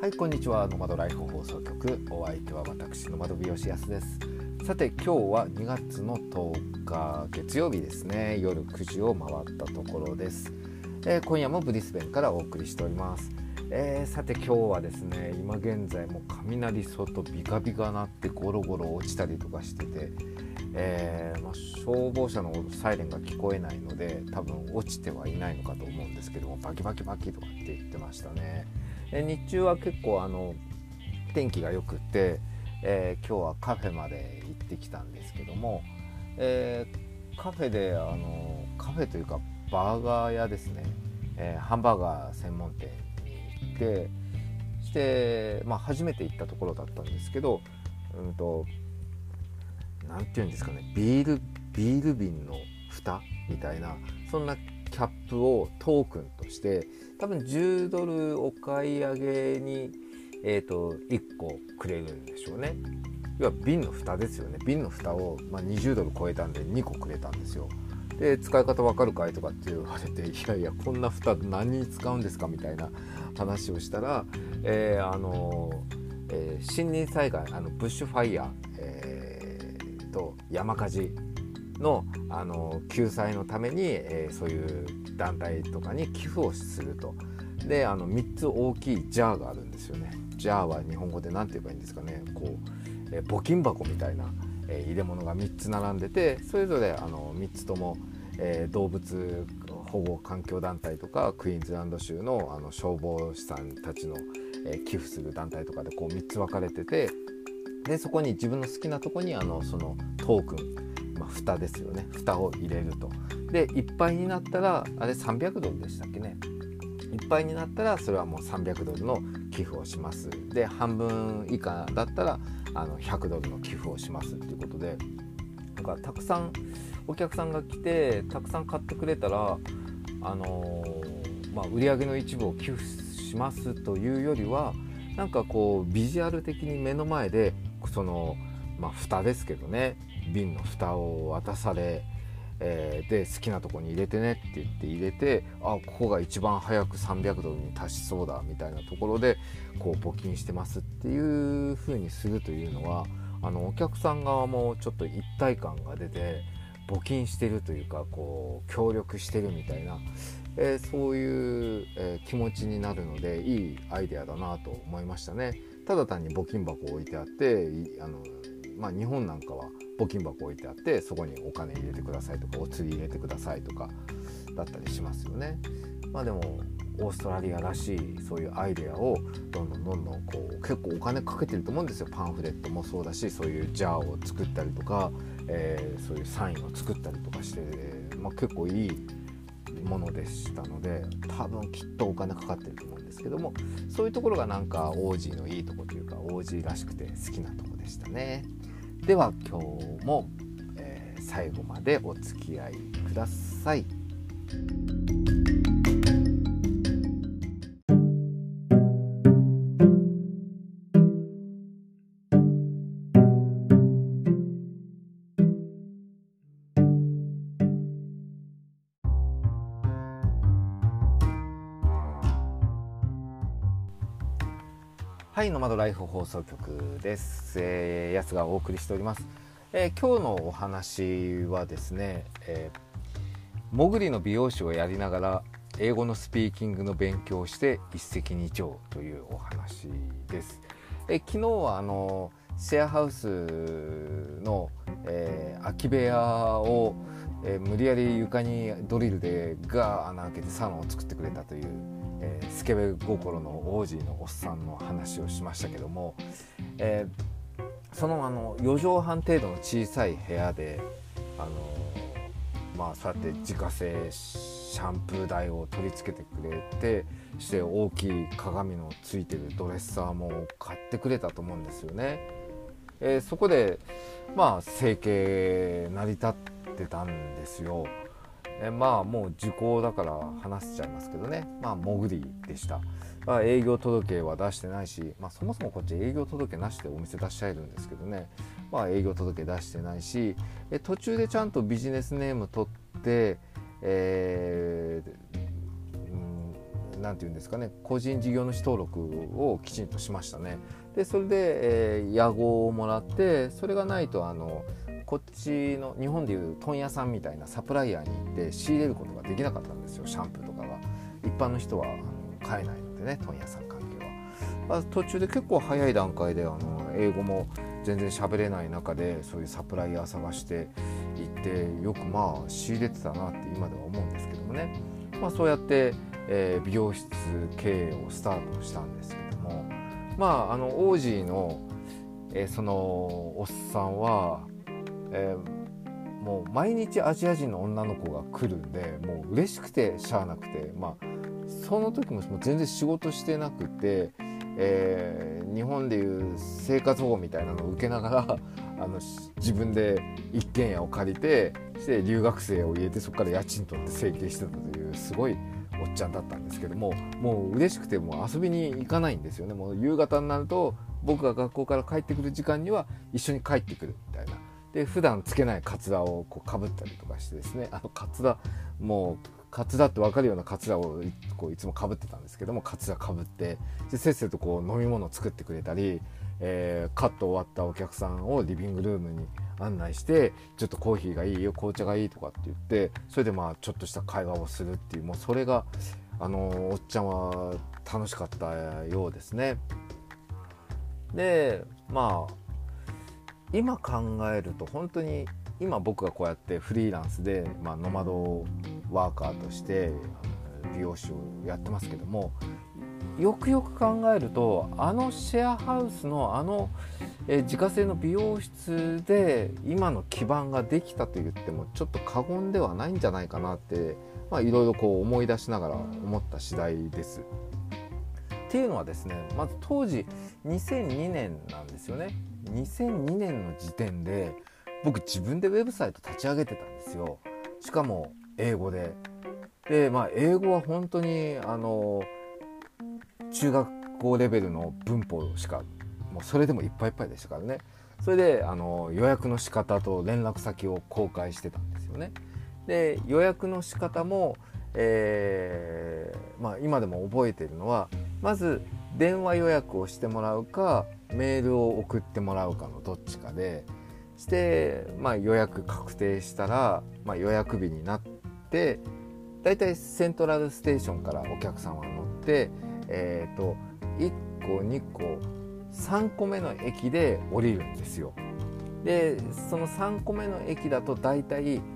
はい、こんにちは。ノマドライフ放送局、お相手は私ノマド美容師やすです。さて、今日は2月の10日月曜日ですね。夜9時を回ったところです。今夜もブリスベンからお送りしております。さて、今日はですね、今現在も雷外ビカビカなってゴロゴロ落ちたりとかしてて、消防車のサイレンが聞こえないので多分落ちてはいないのかと思うんですけども、バキバキバキとかって言ってましたね。日中は結構天気が良くて、今日はカフェまで行ってきたんですけども、カフェでカフェというかバーガー屋ですね、ハンバーガー専門店に行ってして、初めて行ったところだったんですけど、なんていうんですかね、ビール瓶の蓋みたいな、そんなキャップをトークンとして多分10ドルお買い上げに、1個くれるんでしょうね。要は瓶の蓋ですよね。瓶の蓋を、20ドル超えたんで2個くれたんですよ。で、使い方わかるかいとかって言われて、いやいやこんな蓋何に使うんですかみたいな話をしたら、森林災害、ブッシュファイヤー、と山火事の、救済のために、そういう団体とかに寄付をすると。で、3つ大きいジャーがあるんですよね。ジャーは日本語で何て言えばいいんですかね、募金箱みたいな、入れ物が3つ並んでて、それぞれ3つとも、動物保護環境団体とかクイーンズランド州の、消防士さんたちの、寄付する団体とかでこう3つ分かれてて、でそこに自分の好きなとこにそのトークン、蓋ですよね、蓋を入れると。でいっぱいになったら、あれ300ドルでしたっけね、いっぱいになったらそれはもう300ドルの寄付をします。で半分以下だったら100ドルの寄付をしますっていうことで、だからたくさんお客さんが来てたくさん買ってくれたら、売り上げの一部を寄付しますというよりは、なんかこうビジュアル的に目の前でその、蓋ですけどね、瓶の蓋を渡され、で好きなとこに入れてねって言って入れて、ここが一番早く300ドルに達しそうだみたいなところでこう募金してますっていう風にするというのは、お客さん側もちょっと一体感が出て募金してるというか、こう協力してるみたいな、そういう、気持ちになるのでいいアイデアだなと思いましたね。ただ単に募金箱置いてあって日本なんかは募金箱置いてあってそこにお金入れてくださいとかお釣り入れてくださいとかだったりしますよね。でもオーストラリアらしいそういうアイデアをどんどんこう結構お金かけてると思うんですよ。パンフレットもそうだし、そういうジャーを作ったりとか、そういうサインを作ったりとかして、結構いいものでしたので、多分きっとお金かかってると思うんですけども、そういうところがなんかオージーのいいところというか、オージーらしくて好きなところでしたね。では今日も、最後までお付き合いください。はい、ノマドライフ放送局です。やつがお送りしております。今日のお話はですね、もぐりの美容師をやりながら英語のスピーキングの勉強をして一石二鳥というお話です。昨日はシェアハウスの、空き部屋を、無理やり床にドリルでガー穴開けてサウナを作ってくれたという、スケベ心のオージーのおっさんの話をしましたけども、その4畳半程度の小さい部屋でそうやって自家製シャンプー台を取り付けてくれて、して大きい鏡のついてるドレッサーも買ってくれたと思うんですよね。そこで整形成り立ってたんですよ。もう時効だから話しちゃいますけどね、もぐりでした。営業届は出してないし、そもそもこっち営業届なしでお店出しちゃえるんですけどね、営業届出してないし、途中でちゃんとビジネスネーム取って、 なんていうんですかね、個人事業主登録をきちんとしましたね。でそれで、屋号をもらって、それがないとこっちの日本でいう問屋さんみたいなサプライヤーに行って仕入れることができなかったんですよ。シャンプーとかが一般の人は買えないのでね、問屋さん関係は。途中で結構早い段階で英語も全然喋れない中でそういうサプライヤー探して行って、よくまあ仕入れてたなって今では思うんですけどもね。そうやって、美容室経営をスタートしたんですけども、オージーの、そのおっさんは、もう毎日アジア人の女の子が来るんで、もう嬉しくてしゃあなくて、その時も全然仕事してなくて、日本でいう生活保護みたいなのを受けながら自分で一軒家を借りて、して留学生を入れて、そこから家賃取って生計してたというすごいおっちゃんだったんですけども、もう嬉しくてもう遊びに行かないんですよね。もう夕方になると僕が学校から帰ってくる時間には一緒に帰ってくるみたいな。で普段つけないカツラをこうかぶったりとかしてですね、カツラ、もうカツラって分かるようなカツラをこういつもかぶってたんですけども、カツラかぶって、でせっせとこう飲み物を作ってくれたり、カット終わったお客さんをリビングルームに案内して、ちょっとコーヒーがいいよ、紅茶がいいとかって言って、それでちょっとした会話をするっていう、もうそれがおっちゃんは楽しかったようですね。で今考えると本当に、今僕がこうやってフリーランスで、ノマドワーカーとして美容師をやってますけども、よくよく考えるとシェアハウスの自家製の美容室で今の基盤ができたと言ってもちょっと過言ではないんじゃないかなって、いろいろこう思い出しながら思った次第です。っていうのはですね、まず当時2002年なんですよね。2002年の時点で僕自分でウェブサイト立ち上げてたんですよ。しかも英語で。で、英語は本当に中学校レベルの文法しか、もうそれでもいっぱいいっぱいでしたからね。それで予約の仕方と連絡先を公開してたんですよね。で予約の仕方も、今でも覚えているのは、まず電話予約をしてもらうかメールを送ってもらうかのどっちかでして、予約確定したら、予約日になって、だいたいセントラルステーションからお客さんは乗って、1個2個3個目の駅で降りるんですよ。でその3個目の駅だとだいたい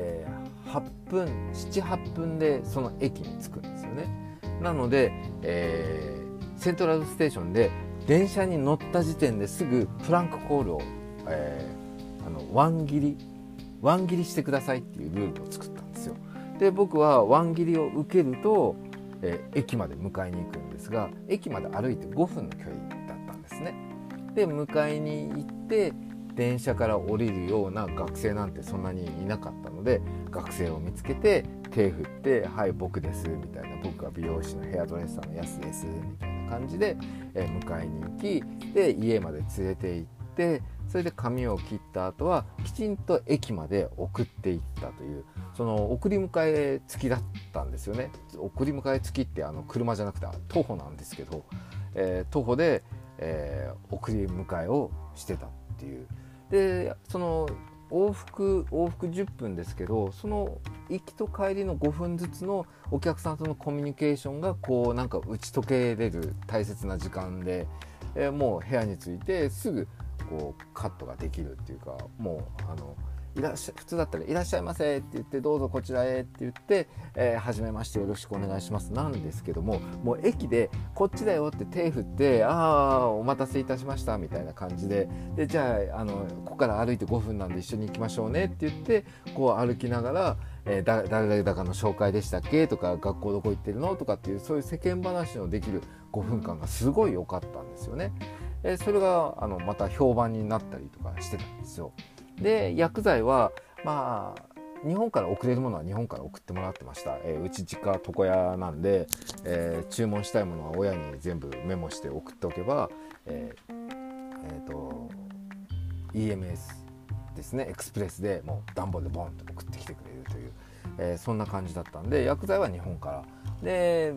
7、8分でその駅に着くんですよね。なので、セントラルステーションで電車に乗った時点ですぐプランクコールを、ワン切りしてくださいっていうルールを作ったんですよ。で僕はワン切りを受けると、駅まで迎えに行くんですが、駅まで歩いて5分の距離だったんですね。で迎えに行って電車から降りるような学生なんてそんなにいなかったので、学生を見つけて手振って「はい僕です」みたいな、僕は美容師のヘアドレッサーのやすですみたいな感じで、迎えに行き、で家まで連れて行って、それで髪を切った後はきちんと駅まで送っていったという、その送り迎え付きだったんですよね。送り迎え付きって車じゃなくて徒歩なんですけど、徒歩で、送り迎えをしてたっていう。でその往復10分ですけど、その行きと帰りの5分ずつのお客さんとのコミュニケーションがこうなんか打ち解けれる大切な時間で、もう部屋に着いてすぐこうカットができるっていうか、もう普通だったらいらっしゃいませって言ってどうぞこちらへって言って、初めましてよろしくお願いしますなんですけども、もう駅でこっちだよって手振って、お待たせいたしましたみたいな感じで、じゃあここから歩いて5分なんで一緒に行きましょうねって言ってこう歩きながら、誰々だかの紹介でしたっけとか、学校どこ行ってるのとかっていう、そういう世間話のできる5分間がすごい良かったんですよね。それがまた評判になったりとかしてたんですよ。で薬剤は日本から送れるものは日本から送ってもらってました。うち実家床屋なんで、注文したいものは親に全部メモして送っておけば、EMS ですね、エクスプレスでもう段ボールでボンと送ってきてくれるという、そんな感じだったんで、薬剤は日本からで、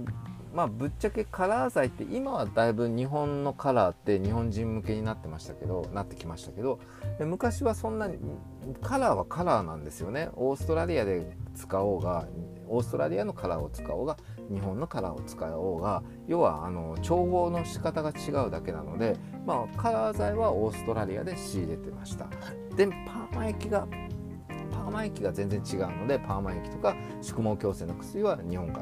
ぶっちゃけカラー剤って今はだいぶ日本のカラーって日本人向けになってきましたけど、昔はそんなにカラーはカラーなんですよね。オーストラリアで使おうがオーストラリアのカラーを使おうが日本のカラーを使おうが、要は調合の仕方が違うだけなので、カラー剤はオーストラリアで仕入れてました。でパーマ液が全然違うので、パーマ液とか宿毛矯正の薬は日本から、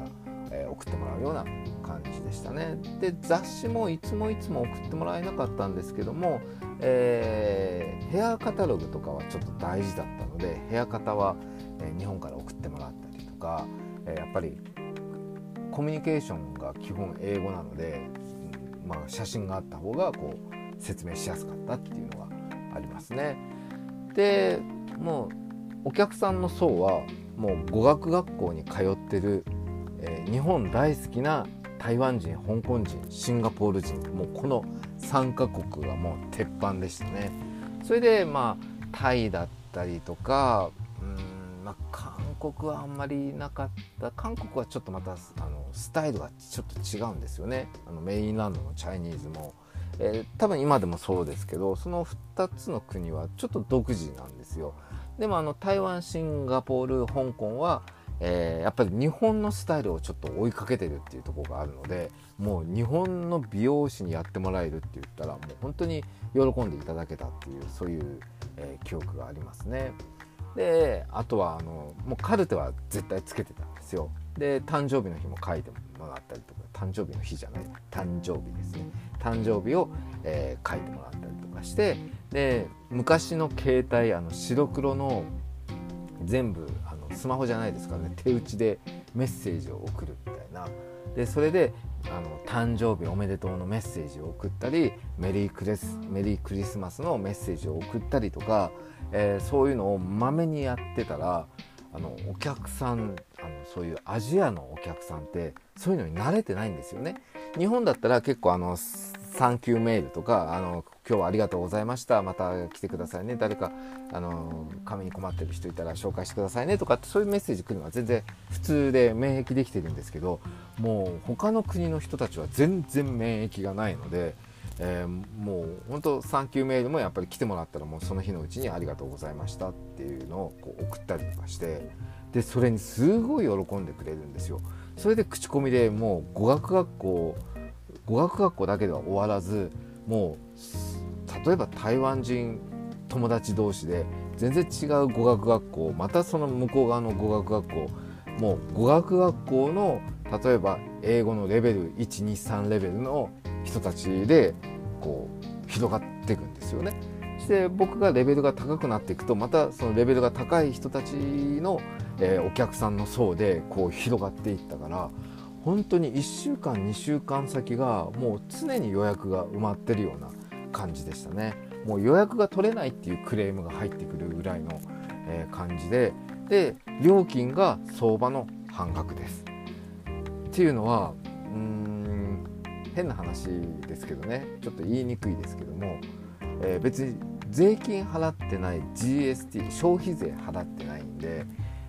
送ってもらうような感じでしたね。で雑誌もいつも送ってもらえなかったんですけども、ヘアカタログとかはちょっと大事だったので、ヘアカタは、日本から送ってもらったりとか、やっぱりコミュニケーションが基本英語なので、写真があった方がこう説明しやすかったっていうのがありますね。でもうお客さんの層はもう語学学校に通ってる、日本大好きな台湾人、香港人、シンガポール人、もうこの3カ国がもう鉄板でしたね。それでタイだったりとか、韓国はあんまりなかった。韓国はちょっとまたスタイルがちょっと違うんですよね。メインランドのチャイニーズも、多分今でもそうですけど、その2つの国はちょっと独自なんですよ。でも台湾、シンガポール、香港は、やっぱり日本のスタイルをちょっと追いかけてるっていうところがあるので、もう日本の美容師にやってもらえるって言ったらもう本当に喜んでいただけたっていう、そういう、記憶がありますね。であとはもうカルテは絶対つけてたんですよ。で誕生日の日も書いてもらったりとか、誕生日の日じゃない、誕生日ですね、誕生日を、書いてもらったりとかして、で昔の携帯白黒の全部スマホじゃないですからね、手打ちでメッセージを送るみたいな。でそれで誕生日おめでとうのメッセージを送ったり、メリークリスマスのメッセージを送ったりとか、そういうのをまめにやってたら、お客さんそういうアジアのお客さんってそういうのに慣れてないんですよね。日本だったら結構サンキューメールとか今日はありがとうございました、また来てくださいね、誰か髪に困ってる人いたら紹介してくださいねとかって、そういうメッセージ来るのは全然普通で免疫できてるんですけど、もう他の国の人たちは全然免疫がないので、もう本当サンキューメールもやっぱり来てもらったらもうその日のうちにありがとうございましたっていうのをこう送ったりとかして、でそれにすごい喜んでくれるんですよ。それで口コミでもう語学学校だけでは終わらず、もう例えば台湾人友達同士で全然違う語学学校、またその向こう側の語学学校、もう語学学校の例えば英語のレベル123レベルの人たちでこう広がっていくんですよね。そして僕がレベルが高くなっていくと、またそのレベルが高い人たちの、お客さんの層でこう広がっていったから、本当に1週間2週間先がもう常に予約が埋まってるような感じでしたね。もう予約が取れないっていうクレームが入ってくるぐらいの、感じで、料金が相場の半額ですっていうのは、変な話ですけどね、ちょっと言いにくいですけども、別に税金払ってない GST 消費税払ってないんで、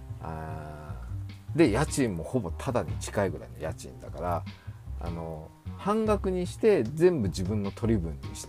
で家賃もほぼタダに近いぐらいの家賃だから、半額にして全部自分の取り分にして、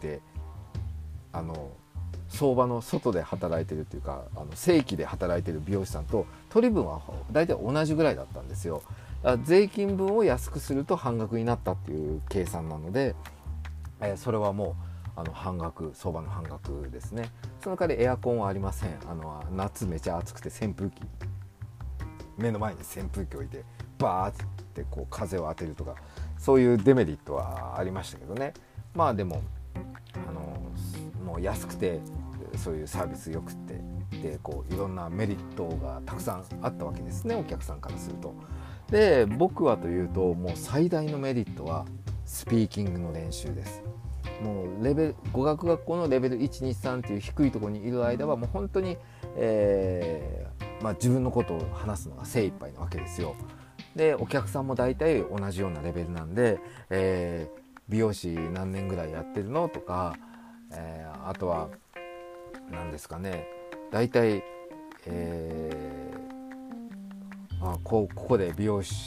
相場の外で働いてるっていうか、正規で働いてる美容師さんと取り分は大体同じぐらいだったんですよ。税金分を安くすると半額になったっていう計算なので、それはもう半額、相場の半額ですね。その代わりエアコンはありません。夏めちゃ暑くて扇風機、目の前に扇風機を置いてバーってこう風を当てるとか、そういうデメリットはありましたけどね。でももう安くてそういうサービスよくってで、こういろんなメリットがたくさんあったわけですね、お客さんからすると。で僕はというと、もう最大のメリットはスピーキングの練習です。もう語学学校のレベル123っていう低いところにいる間はもう本当に、自分のことを話すのが精一杯なわけですよ。でお客さんも大体同じようなレベルなんで、美容師何年ぐらいやってるのとか、あとは何ですかね、大体、ここで美容師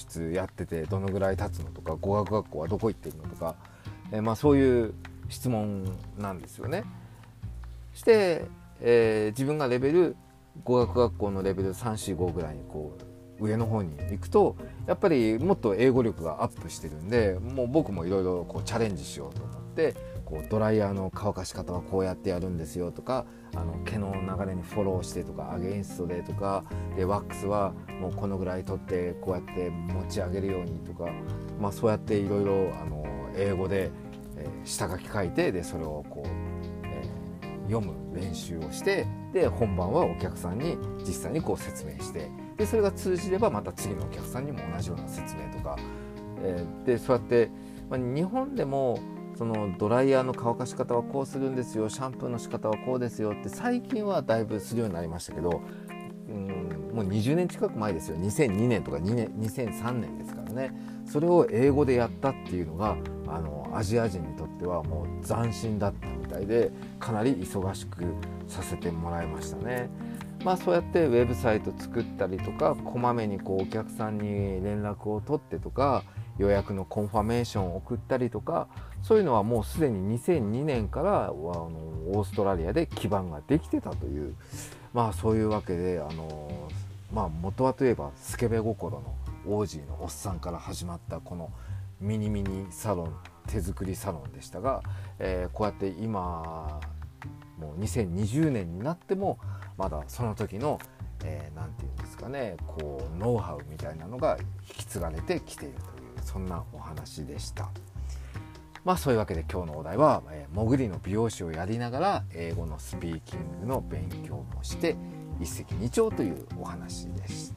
室やっててどのぐらい経つのとか、語学学校はどこ行ってるのとか、そういう質問なんですよね。して、自分が語学学校のレベル345ぐらいに上の方に行くと、やっぱりもっと英語力がアップしてるんで、もう僕もいろいろチャレンジしようと思って、ドライヤーの乾かし方はこうやってやるんですよとか、毛の流れにフォローしてとか、アゲインストでとかで、ワックスはもうこのぐらい取ってこうやって持ち上げるようにとか、そうやっていろいろ英語で下書き書いて、でそれを読む練習をして、で本番はお客さんに実際に説明して、でそれが通じればまた次のお客さんにも同じような説明とか、でそうやって、日本でもそのドライヤーの乾かし方はこうするんですよ、シャンプーの仕方はこうですよって最近はだいぶするようになりましたけど、もう20年近く前ですよ。2002年とか2003年ですからね。それを英語でやったっていうのがアジア人にとってはもう斬新だったみたいで、かなり忙しくさせてもらいましたね。そうやってウェブサイト作ったりとか、こまめにお客さんに連絡を取ってとか、予約のコンファメーションを送ったりとか、そういうのはもうすでに2002年からはオーストラリアで基盤ができてたという、そういうわけで元はといえばスケベ心のオージーのおっさんから始まったこのミニミニサロン、手作りサロンでしたが、こうやって今もう2020年になってもまだその時のなんていうんですかね、ノウハウみたいなのが引き継がれてきているという、そんなお話でした。そういうわけで今日のお題は、潜りの美容師をやりながら英語のスピーキングの勉強もして一石二鳥というお話でした。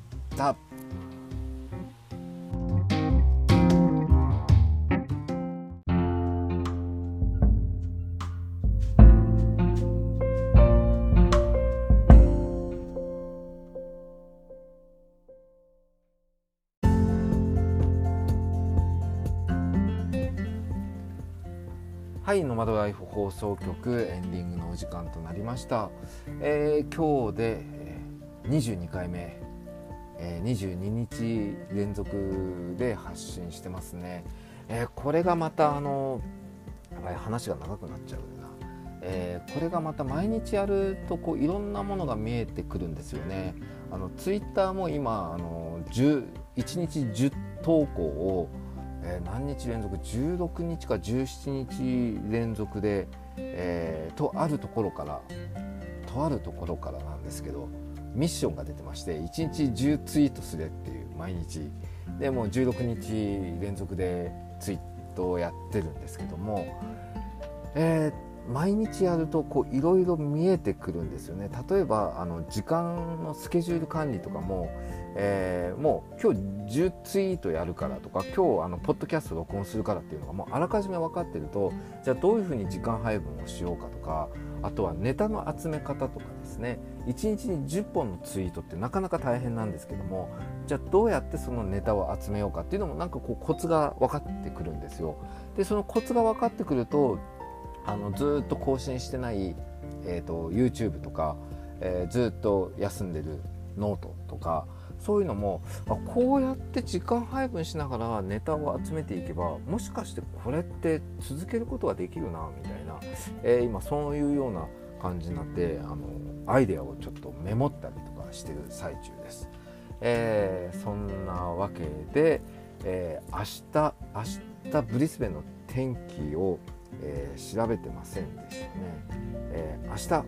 はい、ノマドライフ放送局エンディングのお時間となりました。今日で22回目、22日連続で発信してますね。これがまた話が長くなっちゃうな。これがまた毎日やるといろんなものが見えてくるんですよね。ツイッターも今1日10投稿を何日連続、16日か17日連続で、とあるところからなんですけど、ミッションが出てまして、1日10ツイートすれっていう、毎日でもう16日連続でツイートをやってるんですけども、毎日やるといろいろ見えてくるんですよね。例えば時間のスケジュール管理とかも、もう今日10ツイートやるからとか、今日ポッドキャスト録音するからっていうのがもうあらかじめ分かってると、じゃあどういうふうに時間配分をしようかとか、あとはネタの集め方とかですね。1日に10本のツイートってなかなか大変なんですけども、じゃあどうやってそのネタを集めようかっていうのもなんかコツが分かってくるんですよ。でそのコツが分かってくると、ずっと更新してない、YouTube とか、ずっと休んでるノートとか、そういうのもこうやって時間配分しながらネタを集めていけば、もしかしてこれって続けることができるなみたいな、今そういうような感じになって、アイデアをちょっとメモったりとかしてる最中です。そんなわけで、明日ブリスベンの天気を調べてませんでしたね。明日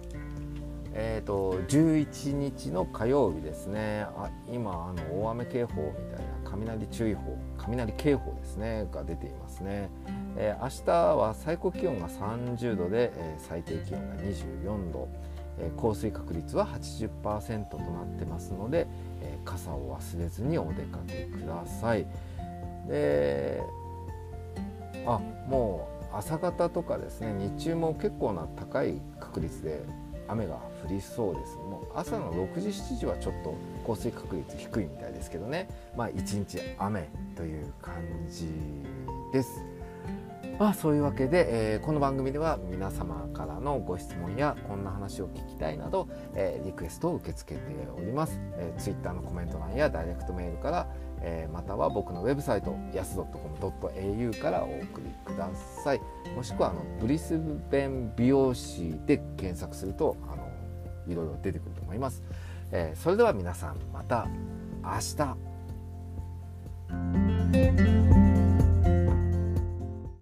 11日の火曜日ですね。今大雨警報みたいな雷注意報、雷警報ですねが出ていますね。明日は最高気温が30度で、最低気温が24度、降水確率は 80% となってますので、傘を忘れずにお出かけください。でもう朝方とかですね、日中も結構な高い確率で雨が降りそうです。もう朝の6時7時はちょっと降水確率低いみたいですけどね、一日雨という感じです。そういうわけで、この番組では皆様からのご質問やこんな話を聞きたいなど、リクエストを受け付けております。Twitter のコメント欄やダイレクトメールから、 または僕のウェブサイトyas.com.au からお送りください。もしくはブリスベン美容師で検索するといろいろ出てくると思います。それでは皆さんまた明日。